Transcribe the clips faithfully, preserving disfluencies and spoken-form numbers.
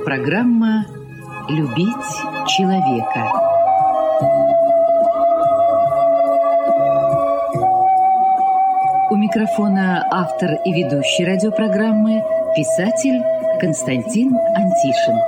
Радиопрограмма «Любить человека». У микрофона автор и ведущий радиопрограммы писатель Константин Антишин.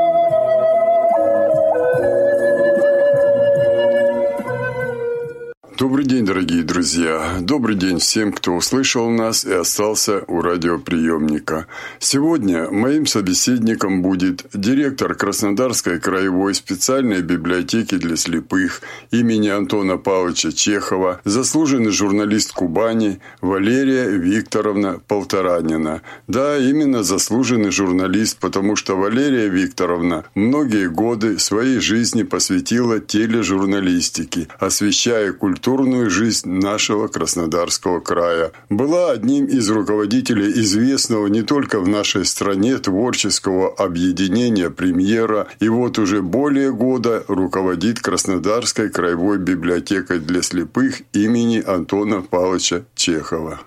Добрый день, дорогие друзья! Добрый день всем, кто услышал нас и остался у радиоприемника. Сегодня моим собеседником будет директор Краснодарской краевой специальной библиотеки для слепых имени Антона Павловича Чехова, заслуженный журналист Кубани Валерия Викторовна Полторанина. Да, именно заслуженный журналист, потому что Валерия Викторовна многие годы своей жизни посвятила тележурналистике, освещая культуру культурную жизнь нашего Краснодарского края. Была одним из руководителей известного не только в нашей стране творческого объединения «Премьера», и вот уже более года руководит Краснодарской краевой библиотекой для слепых имени Антона Павловича Чехова.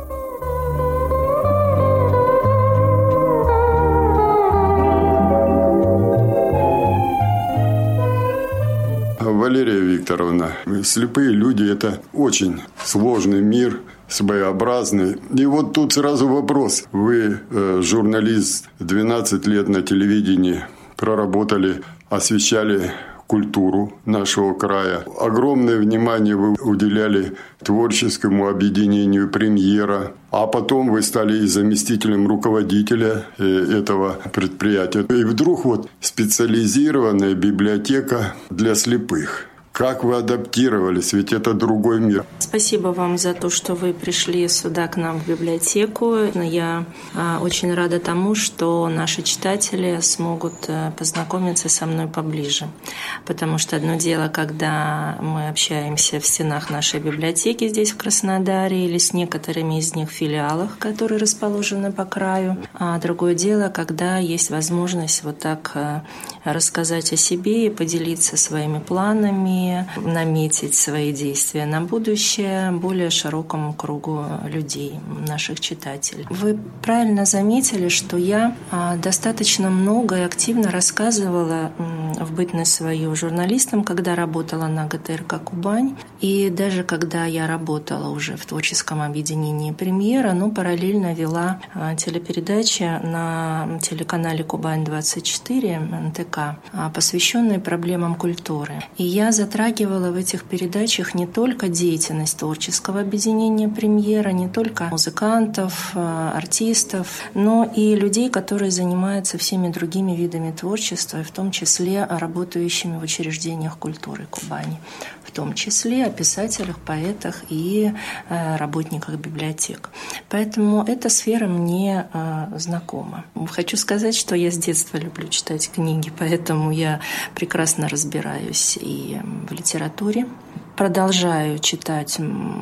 Валерия Викторовна, слепые люди – это очень сложный мир, своеобразный. И вот тут сразу вопрос. Вы э, журналист, двенадцать лет на телевидении проработали, освещали культуру нашего края. Огромное внимание вы уделяли творческому объединению «Премьера», а потом вы стали и заместителем руководителя этого предприятия. И вдруг вот специализированная библиотека для слепых. Как вы адаптировались? Ведь это другой мир. Спасибо вам за то, что вы пришли сюда к нам в библиотеку. Я очень рада тому, что наши читатели смогут познакомиться со мной поближе. Потому что одно дело, когда мы общаемся в стенах нашей библиотеки здесь, в Краснодаре, или с некоторыми из них в филиалах, которые расположены по краю. А другое дело, когда есть возможность вот так рассказать о себе и поделиться своими планами, наметить свои действия на будущее более широкому кругу людей, наших читателей. Вы правильно заметили, что я достаточно много и активно рассказывала в бытность свою журналистом, когда работала на ГТРК «Кубань», и даже когда я работала уже в творческом объединении «Премьера», но параллельно вела телепередачи на телеканале «Кубань-двадцать четыре» эн тэ ка, посвященные проблемам культуры. И я затрагивала в этих передачах не только деятельность творческого объединения «Премьера», не только музыкантов, артистов, но и людей, которые занимаются всеми другими видами творчества, и в том числе работающими в учреждениях культуры Кубани, в том числе о писателях, поэтах и работниках библиотек. Поэтому эта сфера мне знакома. Хочу сказать, что я с детства люблю читать книги, поэтому я прекрасно разбираюсь и в литературе. Продолжаю читать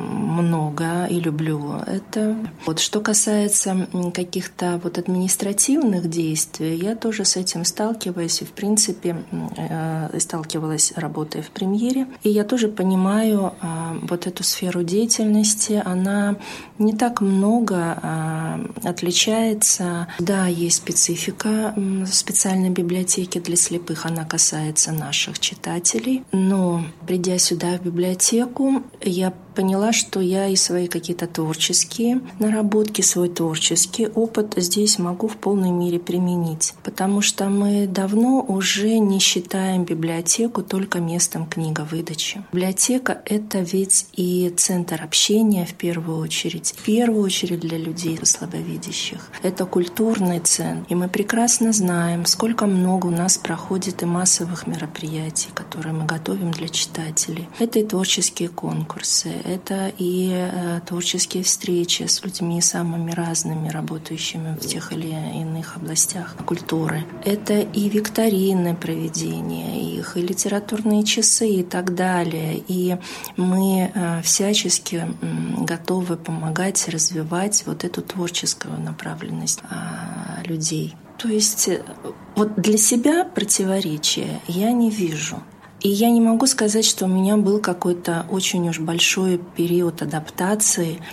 много и люблю это. Вот, что касается каких-то вот административных действий, я тоже с этим сталкиваюсь и, в принципе, сталкивалась, работая в «Премьере». И я тоже понимаю вот эту сферу деятельности. Она не так много отличается. Да, есть специфика специальной библиотеки для слепых. Она касается наших читателей. Но, придя сюда в библиотеку, библиотеку, я поняла, что я и свои какие-то творческие наработки, свой творческий опыт здесь могу в полной мере применить. Потому что мы давно уже не считаем библиотеку только местом книговыдачи. Библиотека — это ведь и центр общения в первую очередь. В первую очередь для людей слабовидящих. Это культурный центр. И мы прекрасно знаем, сколько много у нас проходит и массовых мероприятий, которые мы готовим для читателей. Это и творческие конкурсы, это и э, творческие встречи с людьми самыми разными, работающими в тех или иных областях культуры. Это и викторины проведения их, и литературные часы и так далее. И мы э, всячески э, готовы помогать развивать вот эту творческую направленность э, людей. То есть э, вот для себя противоречия я не вижу. И я не могу сказать, что у меня был какой-то очень уж большой период адаптации к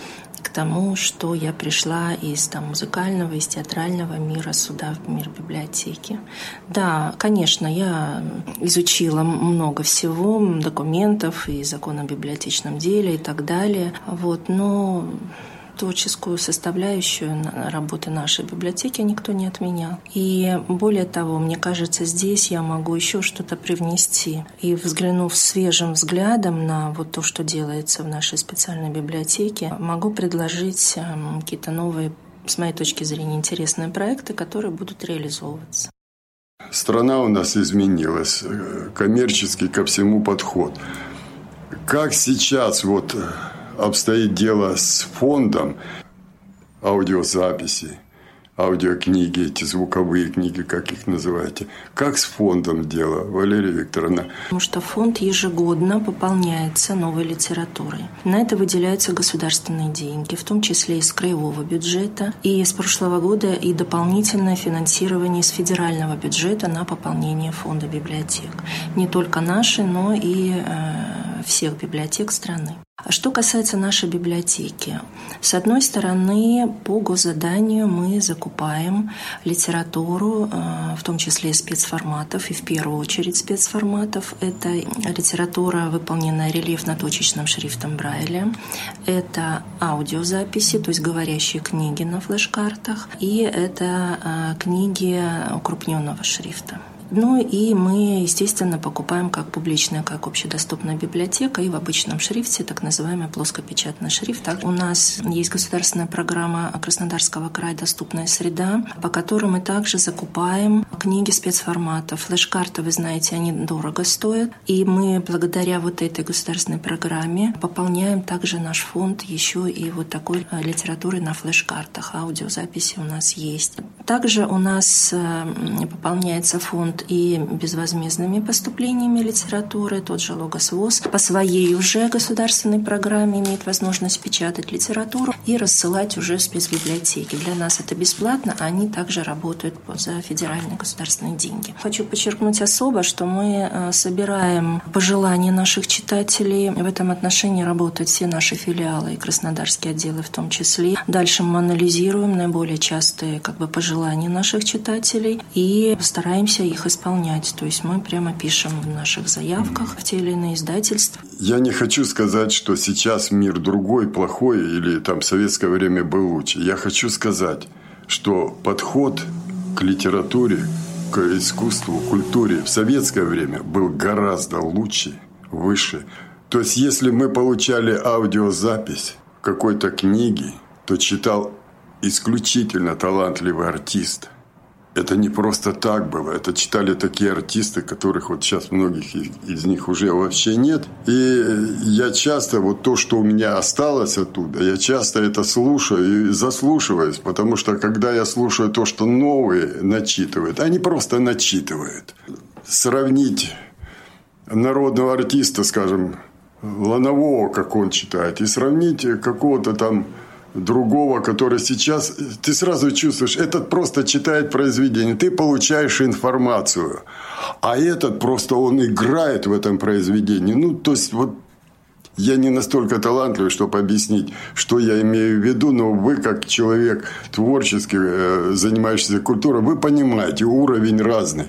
к тому, что я пришла из там, музыкального, из театрального мира сюда, в мир библиотеки. Да, конечно, я изучила много всего, документов и закон о библиотечном деле и так далее. Вот, но творческую составляющую работы нашей библиотеки никто не отменял. И более того, мне кажется, здесь я могу еще что-то привнести. И взглянув свежим взглядом на вот то, что делается в нашей специальной библиотеке, могу предложить какие-то новые, с моей точки зрения, интересные проекты, которые будут реализовываться. Страна у нас изменилась, коммерческий ко всему подход. Как сейчас вот обстоит дело с фондом аудиозаписи, аудиокниги, эти звуковые книги, как их называете? Как с фондом дело, Валерия Викторовна? Потому что фонд ежегодно пополняется новой литературой. На это выделяются государственные деньги, в том числе из краевого бюджета. И с прошлого года и дополнительное финансирование из федерального бюджета на пополнение фонда библиотек. Не только наши, но и э, всех библиотек страны. А что касается нашей библиотеки, с одной стороны, по госзаданию мы закупаем литературу, в том числе спецформатов, и в первую очередь спецформатов. Это литература, выполненная рельефно-точечным шрифтом Брайля, это аудиозаписи, то есть говорящие книги на флеш-картах, и это книги укрупненного шрифта. Ну и мы, естественно, покупаем как публичная, как общедоступная библиотека и в обычном шрифте, так называемый плоскопечатный шрифт. Так, у нас есть государственная программа Краснодарского края «Доступная среда», по которой мы также закупаем книги спецформата. Флеш-карты, вы знаете, они дорого стоят. И мы благодаря вот этой государственной программе пополняем также наш фонд еще и вот такой литературой на флеш-картах. Аудиозаписи у нас есть. Также у нас пополняется фонд и безвозмездными поступлениями литературы. Тот же Логос ВОС по своей уже государственной программе имеет возможность печатать литературу и рассылать уже в спецбиблиотеки. Для нас это бесплатно, а они также работают за федеральные государственные деньги. Хочу подчеркнуть особо, что мы собираем пожелания наших читателей. В этом отношении работают все наши филиалы и краснодарские отделы в том числе. Дальше мы анализируем наиболее частые как бы, пожелания наших читателей и стараемся их исполнять. То есть мы прямо пишем в наших заявках в те или иные издательства. Я не хочу сказать, что сейчас мир другой, плохой или там в советское время был лучше. Я хочу сказать, что подход к литературе, к искусству, культуре в советское время был гораздо лучше, выше. То есть если мы получали аудиозапись какой-то книги, то читал исключительно талантливый артист. Это не просто так было. Это читали такие артисты, которых вот сейчас многих из них уже вообще нет. И я часто, вот то, что у меня осталось оттуда, я часто это слушаю и заслушиваюсь. Потому что, когда я слушаю то, что новые начитывают, они просто начитывают. Сравнить народного артиста, скажем, Ланового, как он читает, и сравнить какого-то там другого, который сейчас... Ты сразу чувствуешь, этот просто читает произведение, ты получаешь информацию, а этот просто он играет в этом произведении. Ну, то есть, вот я не настолько талантливый, чтобы объяснить, что я имею в виду, но вы, как человек творческий, занимающийся культурой, вы понимаете, уровень разный.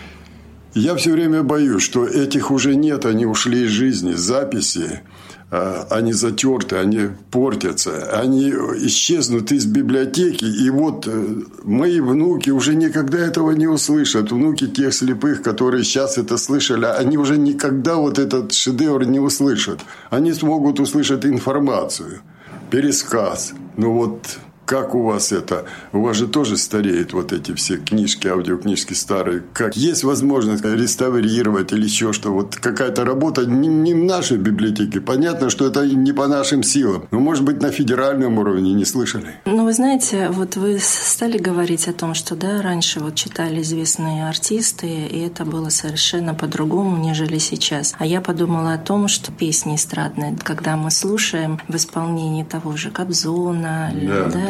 Я все время боюсь, что этих уже нет, они ушли из жизни, записи, они затерты, они портятся, они исчезнут из библиотеки. И вот мои внуки уже никогда этого не услышат. Внуки тех слепых, которые сейчас это слышали, они уже никогда вот этот шедевр не услышат. Они смогут услышать информацию, пересказ. Ну вот... Как у вас это? У вас же тоже стареют вот эти все книжки, аудиокнижки старые. Как есть возможность реставрировать или еще что? Вот какая-то работа не, не в нашей библиотеке. Понятно, что это не по нашим силам. Но, может быть, на федеральном уровне не слышали. Ну, вы знаете, вот вы стали говорить о том, что да, раньше вот читали известные артисты, и это было совершенно по-другому, нежели сейчас. А я подумала о том, что песни эстрадные, когда мы слушаем в исполнении того же Кобзона, да, да,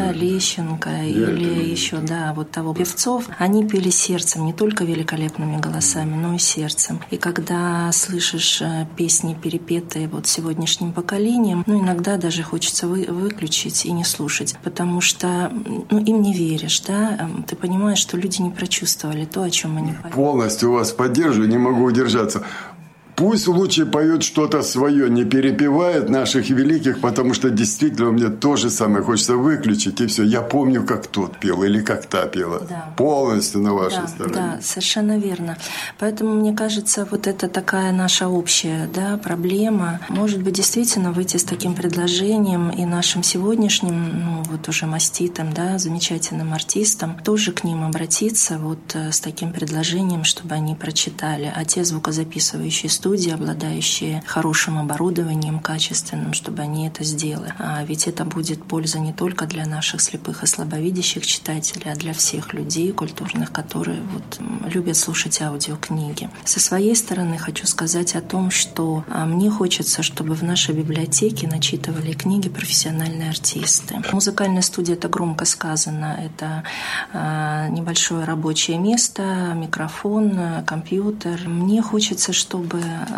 да, Лещенко или еще, да, вот того певцов, они пели сердцем, не только великолепными голосами, но и сердцем. И когда слышишь песни, перепетые вот сегодняшним поколением, ну, иногда даже хочется вы, выключить и не слушать, потому что, ну, им не веришь, да, ты понимаешь, что люди не прочувствовали то, о чем они поют. Полностью вас поддерживаю, не могу удержаться. Пусть лучше поет что-то свое, не перепевает наших великих, потому что действительно мне то же самое хочется выключить, и все. Я помню, как тот пел или как та пела. Да. Полностью на вашей да, стороне. Да, совершенно верно. Поэтому, мне кажется, вот это такая наша общая, да, проблема. Может быть, действительно выйти с таким предложением и нашим сегодняшним, ну, вот уже маститам, да, замечательным артистам, тоже к ним обратиться вот с таким предложением, чтобы они прочитали. А те звукозаписывающие студии, обладающие хорошим оборудованием, качественным, чтобы они это сделали. А ведь это будет польза не только для наших слепых и слабовидящих читателей, а для всех людей культурных, которые вот любят слушать аудиокниги. Со своей стороны хочу сказать о том, что мне хочется, чтобы в нашей библиотеке начитывали книги профессиональные артисты. Музыкальная студия — это громко сказано, это небольшое рабочее место, микрофон, компьютер. Мне хочется, чтобы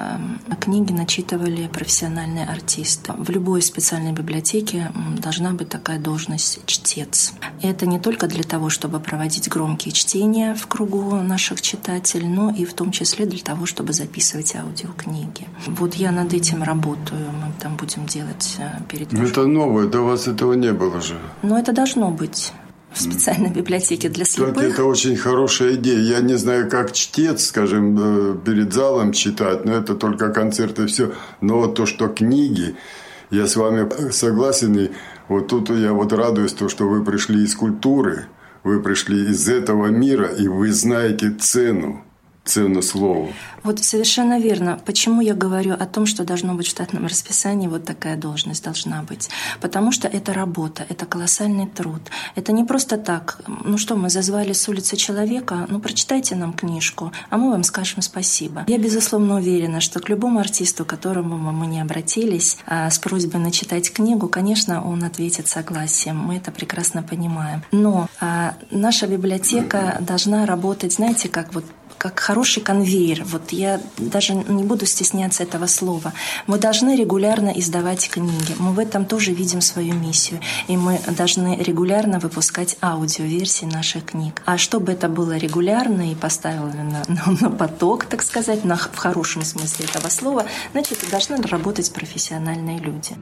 книги начитывали профессиональные артисты. В любой специальной библиотеке должна быть такая должность — чтец. И это не только для того, чтобы проводить громкие чтения в кругу наших читателей, но и в том числе для того, чтобы записывать аудиокниги. Вот я над этим работаю. Мы там будем делать перед... Это новое, до вас этого не было же. Но это должно быть в специальной библиотеке для слепых. Кстати, это очень хорошая идея. Я не знаю, как чтец, скажем, перед залом читать, но это только концерты и все. Но вот то, что книги, я с вами согласен. И вот тут я вот радуюсь, то, что вы пришли из культуры, вы пришли из этого мира, и вы знаете цену. Цену слова. Вот совершенно верно. Почему я говорю о том, что должно быть в штатном расписании вот такая должность должна быть? Потому что это работа, это колоссальный труд. Это не просто так. Ну что, мы зазвали с улицы человека, ну прочитайте нам книжку, а мы вам скажем спасибо. Я безусловно уверена, что к любому артисту, к которому мы не обратились а, с просьбой начитать книгу, конечно, он ответит согласием. Мы это прекрасно понимаем. Но а, наша библиотека должна работать, знаете, как вот как хороший конвейер. Вот я даже не буду стесняться этого слова. Мы должны регулярно издавать книги. Мы в этом тоже видим свою миссию. И мы должны регулярно выпускать аудиоверсии наших книг. А чтобы это было регулярно и поставлено на, на поток, так сказать, на, в хорошем смысле этого слова, значит, должны работать профессиональные люди.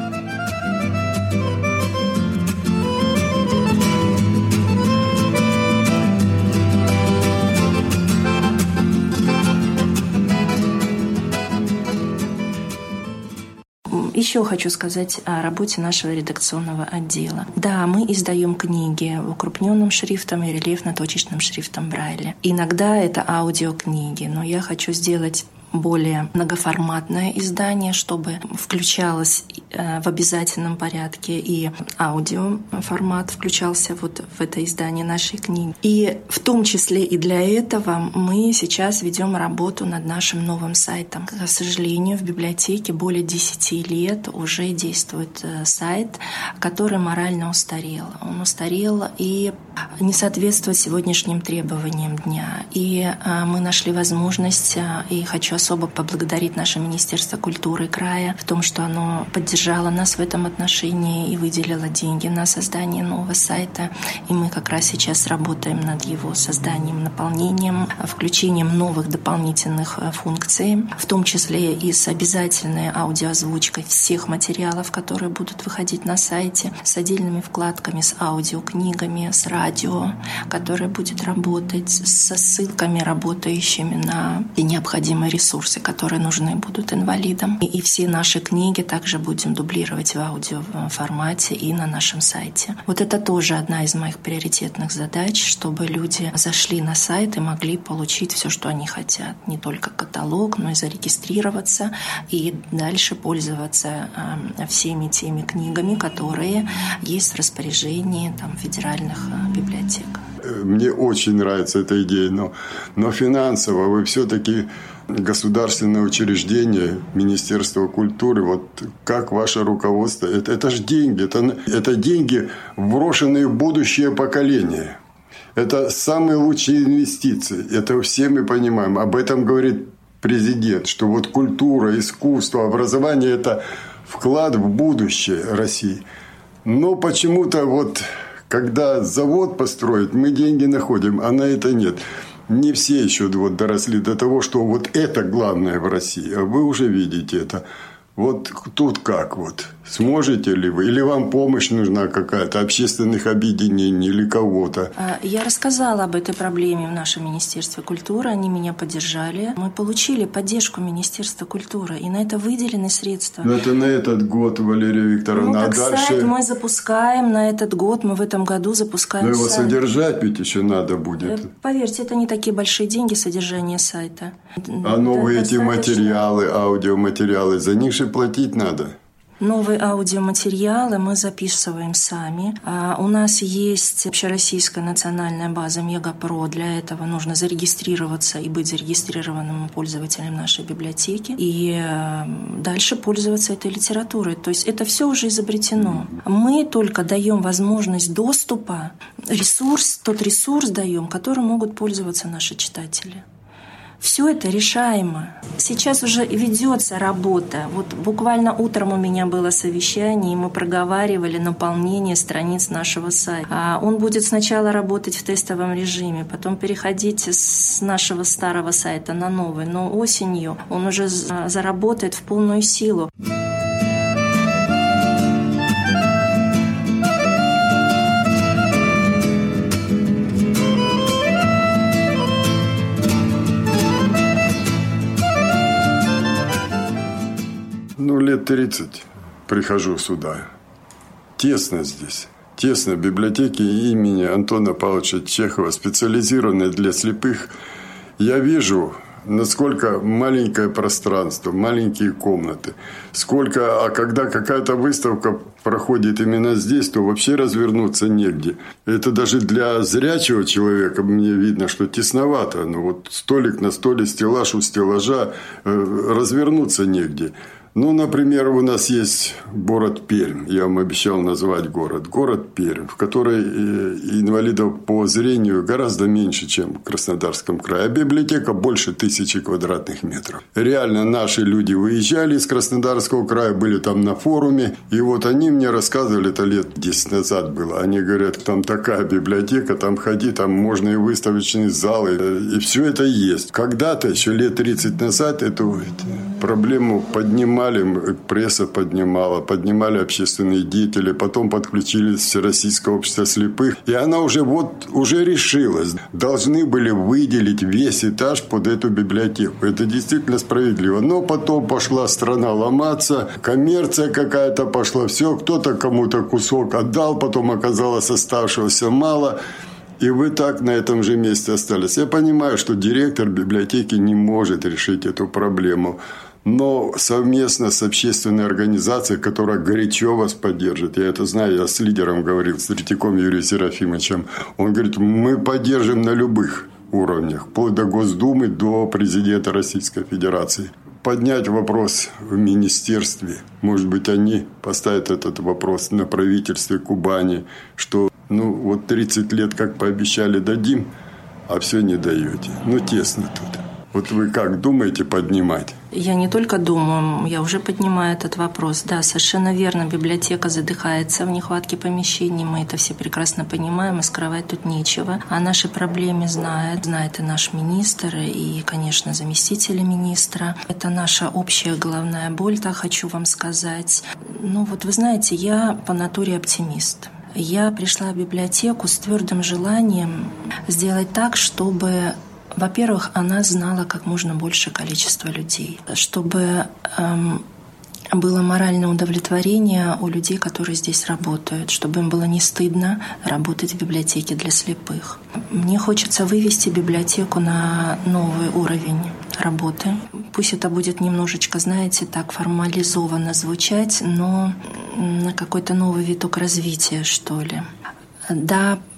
Еще хочу сказать о работе нашего редакционного отдела. Да, мы издаем книги укрупненным шрифтом и рельефно-точечным шрифтом Брайля. Иногда это аудиокниги, но я хочу сделать более многоформатное издание, чтобы включалось в обязательном порядке и аудиоформат включался вот в это издание нашей книги. И в том числе и для этого мы сейчас ведем работу над нашим новым сайтом. К сожалению, в библиотеке более десяти лет уже действует сайт, который морально устарел. Он устарел и не соответствует сегодняшним требованиям дня. И мы нашли возможность, и хочу особо поблагодарить наше Министерство культуры края в том, что оно поддержало нас в этом отношении и выделило деньги на создание нового сайта. И мы как раз сейчас работаем над его созданием, наполнением, включением новых дополнительных функций, в том числе и с обязательной аудиоозвучкой всех материалов, которые будут выходить на сайте, с отдельными вкладками, с аудиокнигами, с радио, которое будет работать, со ссылками, работающими на необходимые ресурсы, которые нужны будут инвалидам. И, и все наши книги также будем дублировать в аудиоформате и на нашем сайте. Вот это тоже одна из моих приоритетных задач, чтобы люди зашли на сайт и могли получить все, что они хотят. Не только каталог, но и зарегистрироваться и дальше пользоваться э, всеми теми книгами, которые есть в распоряжении там, федеральных э, библиотек. мне очень нравится эта идея, но, но финансово вы все-таки государственное учреждение, Министерство культуры, вот как ваше руководство, это, это же деньги, это, это деньги, брошенные в будущее поколение. Это самые лучшие инвестиции, это все мы понимаем, об этом говорит президент, что вот культура, искусство, образование – это вклад в будущее России. Но почему-то вот, когда завод построить, мы деньги находим, а на это нет. Не все еще вот доросли до того, что вот это главное в России, а вы уже видите это. Вот тут как вот? Сможете ли вы? Или вам помощь нужна какая-то, общественных объединений или кого-то? Я рассказала об этой проблеме в нашем Министерстве культуры. Они меня поддержали. Мы получили поддержку Министерства культуры. И на это выделены средства. Но это на этот год, Валерия Викторовна. Ну, а как дальше... сайт мы запускаем на этот год. Мы в этом году запускаем Но его сайт. Содержать ведь еще надо будет. Поверьте, это не такие большие деньги, содержание сайта. А новые это эти достаточно... материалы, аудиоматериалы, за них же платить надо. Новые аудиоматериалы мы записываем сами. А у нас есть общероссийская национальная база Мегапро. Для этого нужно зарегистрироваться и быть зарегистрированным пользователем нашей библиотеки. И дальше пользоваться этой литературой. То есть это все уже изобретено. Мы только даем возможность доступа, ресурс, тот ресурс даем, которым могут пользоваться наши читатели. Все это решаемо. Сейчас уже ведется работа. Вот буквально утром у меня было совещание, и мы проговаривали наполнение страниц нашего сайта. Он будет сначала работать в тестовом режиме, потом переходить с нашего старого сайта на новый. Но осенью он уже заработает в полную силу. Ну, лет тридцать прихожу сюда. Тесно здесь. Тесно. Библиотеки имени Антона Павловича Чехова, специализированные для слепых. Я вижу, насколько маленькое пространство, маленькие комнаты. Сколько, а когда какая-то выставка проходит именно здесь, то вообще развернуться негде. Это даже для зрячего человека мне видно, что тесновато. Ну, вот столик на столе, стеллаж у стеллажа, развернуться негде. Ну, например, у нас есть город Пермь. Я вам обещал назвать город. Город Пермь, в которой инвалидов по зрению гораздо меньше, чем в Краснодарском крае. А библиотека больше тысячи квадратных метров. Реально наши люди выезжали из Краснодарского края, были там на форуме. И вот они мне рассказывали, это лет десять назад было. Они говорят, там такая библиотека, там ходи, там можно и выставочные залы. И все это есть. Когда-то, еще лет тридцать назад, эту проблему поднимали. Пресса поднимала, поднимали общественные деятели, потом подключились Всероссийское общество слепых. И она уже вот уже решилась. Должны были выделить весь этаж под эту библиотеку. Это действительно справедливо. Но потом пошла страна ломаться, коммерция какая-то пошла, все, кто-то кому-то кусок отдал, потом оказалось оставшегося мало. И вы так на этом же месте остались. Я понимаю, что директор библиотеки не может решить эту проблему. Но совместно с общественной организацией, которая горячо вас поддержит, я это знаю, я с лидером говорил, с Третьяком Юрием Серафимовичем, он говорит, мы поддержим на любых уровнях, вплоть до Госдумы, до президента Российской Федерации. Поднять вопрос в министерстве, может быть, они поставят этот вопрос на правительстве Кубани, что ну вот тридцать лет, как пообещали, дадим, а все не даете. Ну, тесно тут. Вот вы как думаете поднимать? Я не только думаю, я уже поднимаю этот вопрос. Да, совершенно верно, библиотека задыхается в нехватке помещений. Мы это все прекрасно понимаем, и скрывать тут нечего. О нашей проблеме знает, знает и наш министр, и, конечно, заместители министра. Это наша общая головная боль, так хочу вам сказать. Ну вот вы знаете, я по натуре оптимист. Я пришла в библиотеку с твердым желанием сделать так, чтобы... Во-первых, она знала как можно большее количество людей, чтобы эм, было моральное удовлетворение у людей, которые здесь работают, чтобы им было не стыдно работать в библиотеке для слепых. Мне хочется вывести библиотеку на новый уровень работы. Пусть это будет немножечко, знаете, так формализованно звучать, но на какой-то новый виток развития, что ли. Да,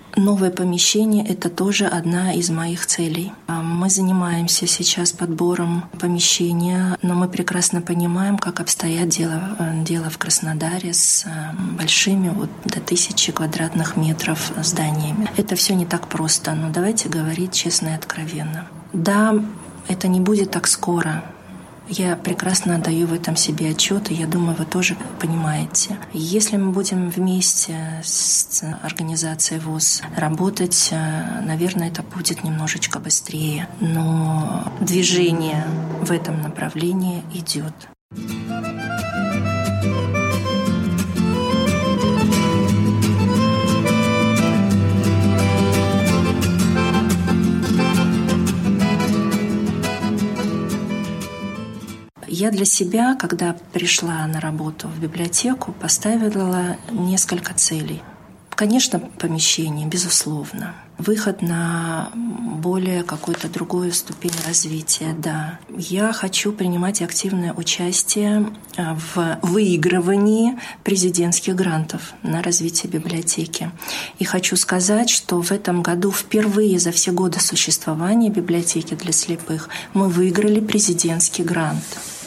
Новое помещение – это тоже одна из моих целей. Мы занимаемся сейчас подбором помещения, но мы прекрасно понимаем, как обстоят дела, дело в Краснодаре с большими, вот, до тысячи квадратных метров зданиями. Это все не так просто, но давайте говорить честно и откровенно. Да, это не будет так скоро. Я прекрасно отдаю в этом себе отчет, и я думаю, вы тоже понимаете. Если мы будем вместе с организацией ВОС работать, наверное, это будет немножечко быстрее. Но движение в этом направлении идет. Я для себя, когда пришла на работу в библиотеку, поставила несколько целей. Конечно, помещение, безусловно. Выход на более какую-то другую ступень развития, да. Я хочу принимать активное участие в выигрывании президентских грантов на развитие библиотеки. И хочу сказать, что в этом году впервые за все годы существования библиотеки для слепых мы выиграли президентский грант.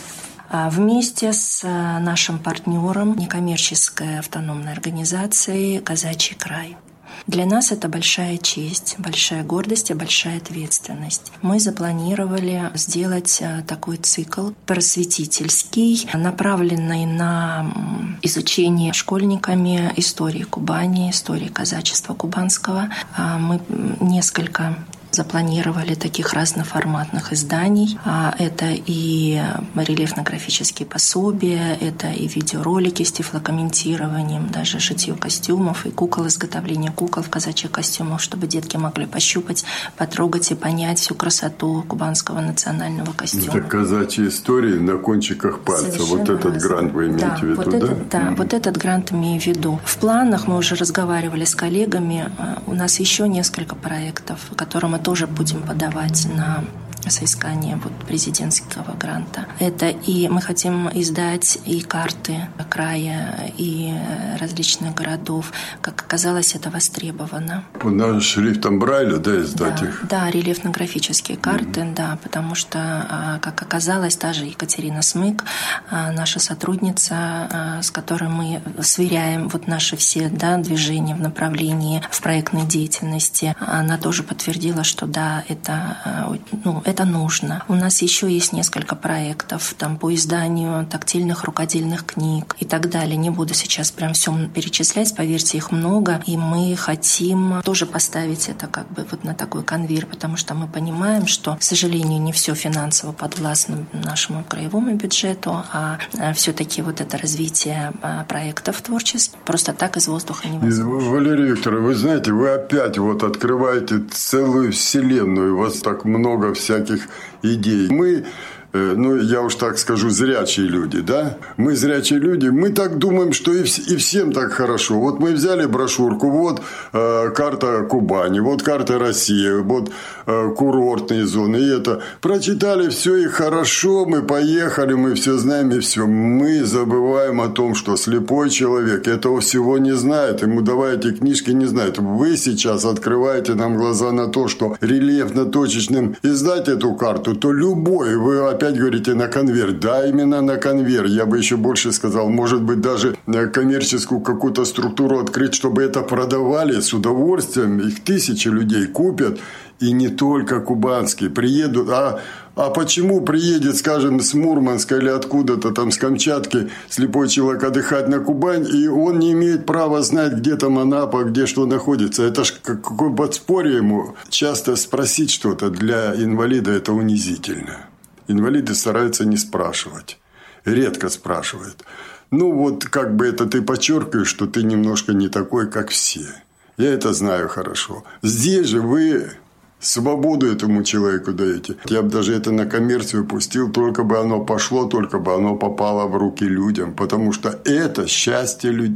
Вместе с нашим партнером, некоммерческой автономной организацией «Казачий край». Для нас это большая честь, большая гордость и большая ответственность. Мы запланировали сделать такой цикл просветительский, направленный на изучение школьниками истории Кубани, истории казачества кубанского. Мы несколько запланировали таких разноформатных изданий. Это и рельефно-графические пособия, это и видеоролики с тифлокомментированием, даже шитье костюмов и кукол, изготовление кукол в казачьих костюмах, чтобы детки могли пощупать, потрогать и понять всю красоту кубанского национального костюма. Это казачьи истории на кончиках пальца. Совершенно вот этот разно. Грант вы имеете да, в виду, вот да? Этот, да, mm-hmm. вот этот грант имею в виду. В планах мы уже разговаривали с коллегами. У нас еще несколько проектов, которые мы тоже будем подавать на соискание вот президентского гранта. Это и мы хотим издать и карты края, и различных городов. Как оказалось, это востребовано. Под шрифтом Брайля, да, издать да, их? Да, рельефно-графические карты, mm-hmm. да, потому что, как оказалось, та же Екатерина Смык, наша сотрудница, с которой мы сверяем вот наши все, да, движения в направлении в проектной деятельности, она тоже подтвердила, что да, это, ну, это нужно. У нас еще есть несколько проектов там, по изданию тактильных рукодельных книг и так далее. Не буду сейчас прям все перечислять, поверьте, их много. И мы хотим тоже поставить это как бы вот на такой конвейер, потому что мы понимаем, что, к сожалению, не все финансово подвластно нашему краевому бюджету, а все-таки вот это развитие проектов творческих просто так из воздуха невозможно. Валерия Викторовна, вы знаете, вы опять вот открываете целую вселенную, у вас так много всяких идей. Мы, ну, я уж так скажу, зрячие люди, да? Мы зрячие люди, мы так думаем, что и, вс- и всем так хорошо. Вот мы взяли брошюрку, вот э, карта Кубани, вот карта России, вот э, курортные зоны, и это. Прочитали все, и хорошо, мы поехали, мы все знаем, и все. Мы забываем о том, что слепой человек этого всего не знает, ему давайте книжки, не знает. Вы сейчас открываете нам глаза на то, что рельефно-точечным издать эту карту, то любой, вы опять Опять говорите на конвейер. Да, именно на конвейер. Я бы еще больше сказал, может быть, даже коммерческую какую-то структуру открыть, чтобы это продавали с удовольствием. Их тысячи людей купят. И не только кубанские. Приедут. А, а почему приедет, скажем, с Мурманска или откуда-то там с Камчатки слепой человек отдыхать на Кубань, и он не имеет права знать, где там Анапа, где что находится. Это ж какое подспорье ему. Часто спросить что-то для инвалида – это унизительно. Инвалиды стараются не спрашивать. Редко спрашивают. Ну, вот как бы это ты подчеркиваешь, что ты немножко не такой, как все. Я это знаю хорошо. Здесь же вы свободу этому человеку даете. Я бы даже это на коммерцию пустил, только бы оно пошло, только бы оно попало в руки людям. Потому что это счастье людей.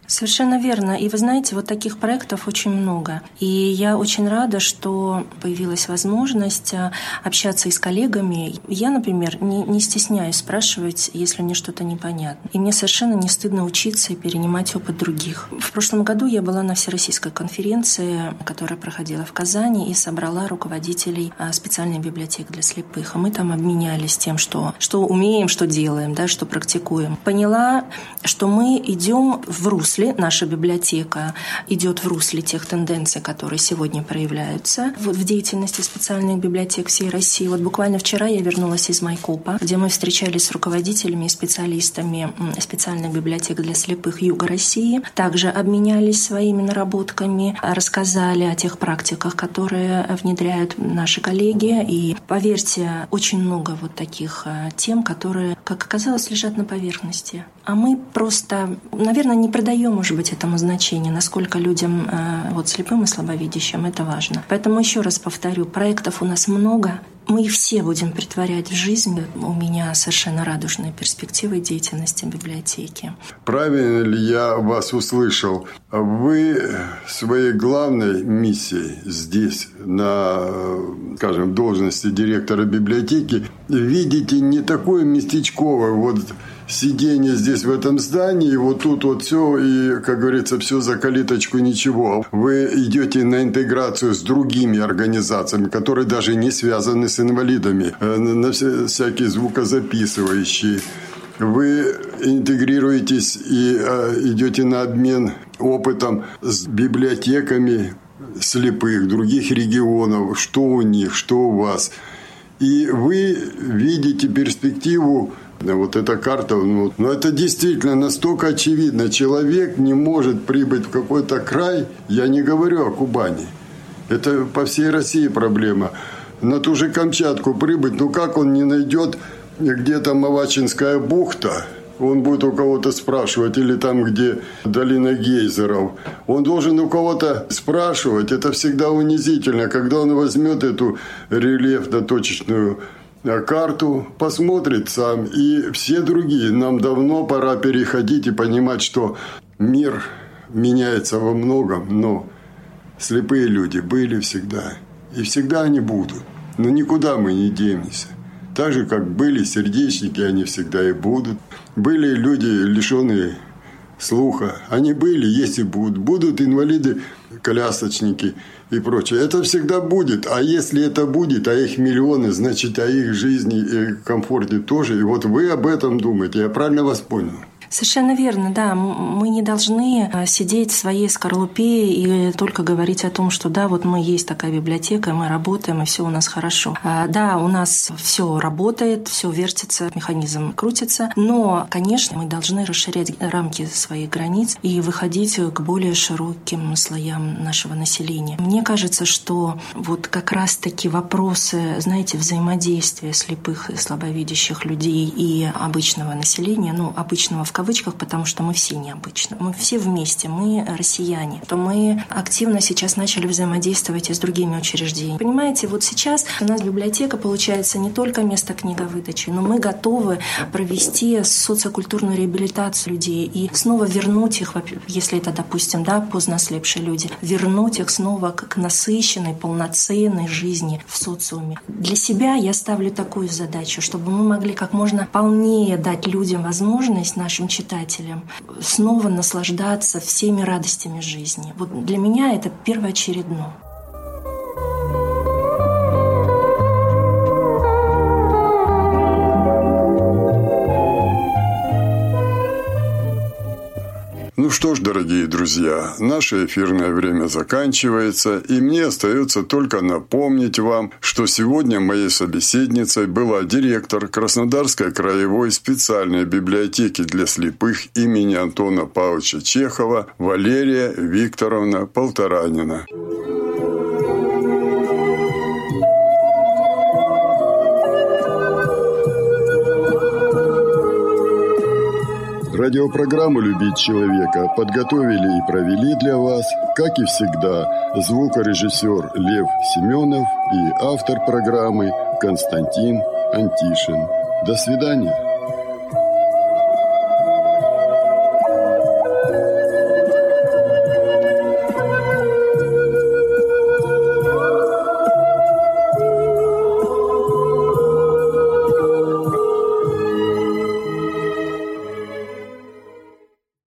Совершенно верно. И вы знаете, вот таких проектов очень много. И я очень рада, что появилась возможность общаться и с коллегами. Я, например, не, не стесняюсь спрашивать, если мне что-то непонятно. И мне совершенно не стыдно учиться и перенимать опыт других. В прошлом году я была на всероссийской конференции, которая проходила в Казани, и собрала руководителей специальной библиотеки для слепых. И мы там обменялись тем, что, что умеем, что делаем, да, что практикуем. Поняла, что мы идем в русле, наша библиотека идет в русле тех тенденций, которые сегодня проявляются вот в деятельности специальных библиотек всей России. Вот буквально вчера я вернулась из Майкопа, где мы встречались с руководителями и специалистами специальных библиотек для слепых Юга России. Также обменялись своими наработками, рассказали о тех практиках, которые внедряют наши коллеги. И, поверьте, очень много вот таких тем, которые, как оказалось, лежат на поверхности. А мы просто, наверное, не придаем, может быть, этому значение, насколько людям, вот слепым и слабовидящим, это важно. Поэтому еще раз повторю, проектов у нас много. Мы их все будем претворять в жизнь. У меня совершенно радужные перспективы деятельности библиотеки. Правильно ли я вас услышал? Вы своей главной миссией здесь, на, скажем, должности директора библиотеки, видите не такое местечковое вот сидение здесь в этом здании, вот тут вот все, и, как говорится, все за калиточку, ничего. Вы идете на интеграцию с другими организациями, которые даже не связаны с инвалидами, на всякие звукозаписывающие. Вы интегрируетесь и идете на обмен опытом с библиотеками слепых других регионов, что у них, что у вас. И вы видите перспективу. Вот эта карта, ну, ну это действительно настолько очевидно. Человек не может прибыть в какой-то край, я не говорю о Кубани. Это по всей России проблема. На ту же Камчатку прибыть, ну как он не найдет где-то Мавачинская бухта, он будет у кого-то спрашивать, или там, где долина гейзеров. Он должен у кого-то спрашивать, это всегда унизительно, когда он возьмет эту рельефно-точечную карту, посмотрит сам, и все другие. Нам давно пора переходить и понимать, что мир меняется во многом, но слепые люди были всегда, и всегда они будут. Но никуда мы не денемся. Так же, как были сердечники, они всегда и будут. Были люди, лишенные слуха. Они были, есть и будут. Будут инвалиды, колясочники и прочее. Это всегда будет. А если это будет, а их миллионы, значит, о их жизни и комфорте тоже. И вот вы об этом думаете. Я правильно вас понял? Совершенно верно, да. Мы не должны сидеть в своей скорлупе и только говорить о том, что да, вот мы есть такая библиотека, мы работаем, и все у нас хорошо. Да, у нас все работает, все вертится, механизм крутится, но, конечно, мы должны расширять рамки своих границ и выходить к более широким слоям нашего населения. Мне кажется, что вот как раз-таки вопросы, знаете, взаимодействия слепых и слабовидящих людей и обычного населения, ну, обычного в кавычках, потому что мы все необычны. Мы все вместе, мы россияне. То мы активно сейчас начали взаимодействовать и с другими учреждениями. Понимаете, вот сейчас у нас библиотека получается не только место книговыдачи, но мы готовы провести социокультурную реабилитацию людей и снова вернуть их, если это, допустим, да, поздно ослепшие люди, вернуть их снова к насыщенной, полноценной жизни в социуме. Для себя я ставлю такую задачу, чтобы мы могли как можно полнее дать людям возможность, нашим читателям, снова наслаждаться всеми радостями жизни. Вот для меня это первоочередно. Ну что ж, дорогие друзья, наше эфирное время заканчивается, и мне остается только напомнить вам, что сегодня моей собеседницей была директор Краснодарской краевой специальной библиотеки для слепых имени Антона Павловича Чехова Валерия Викторовна Полторанина. Радиопрограмму «Любить человека» подготовили и провели для вас, как и всегда, звукорежиссер Лев Семенов и автор программы Константин Антишин. До свидания.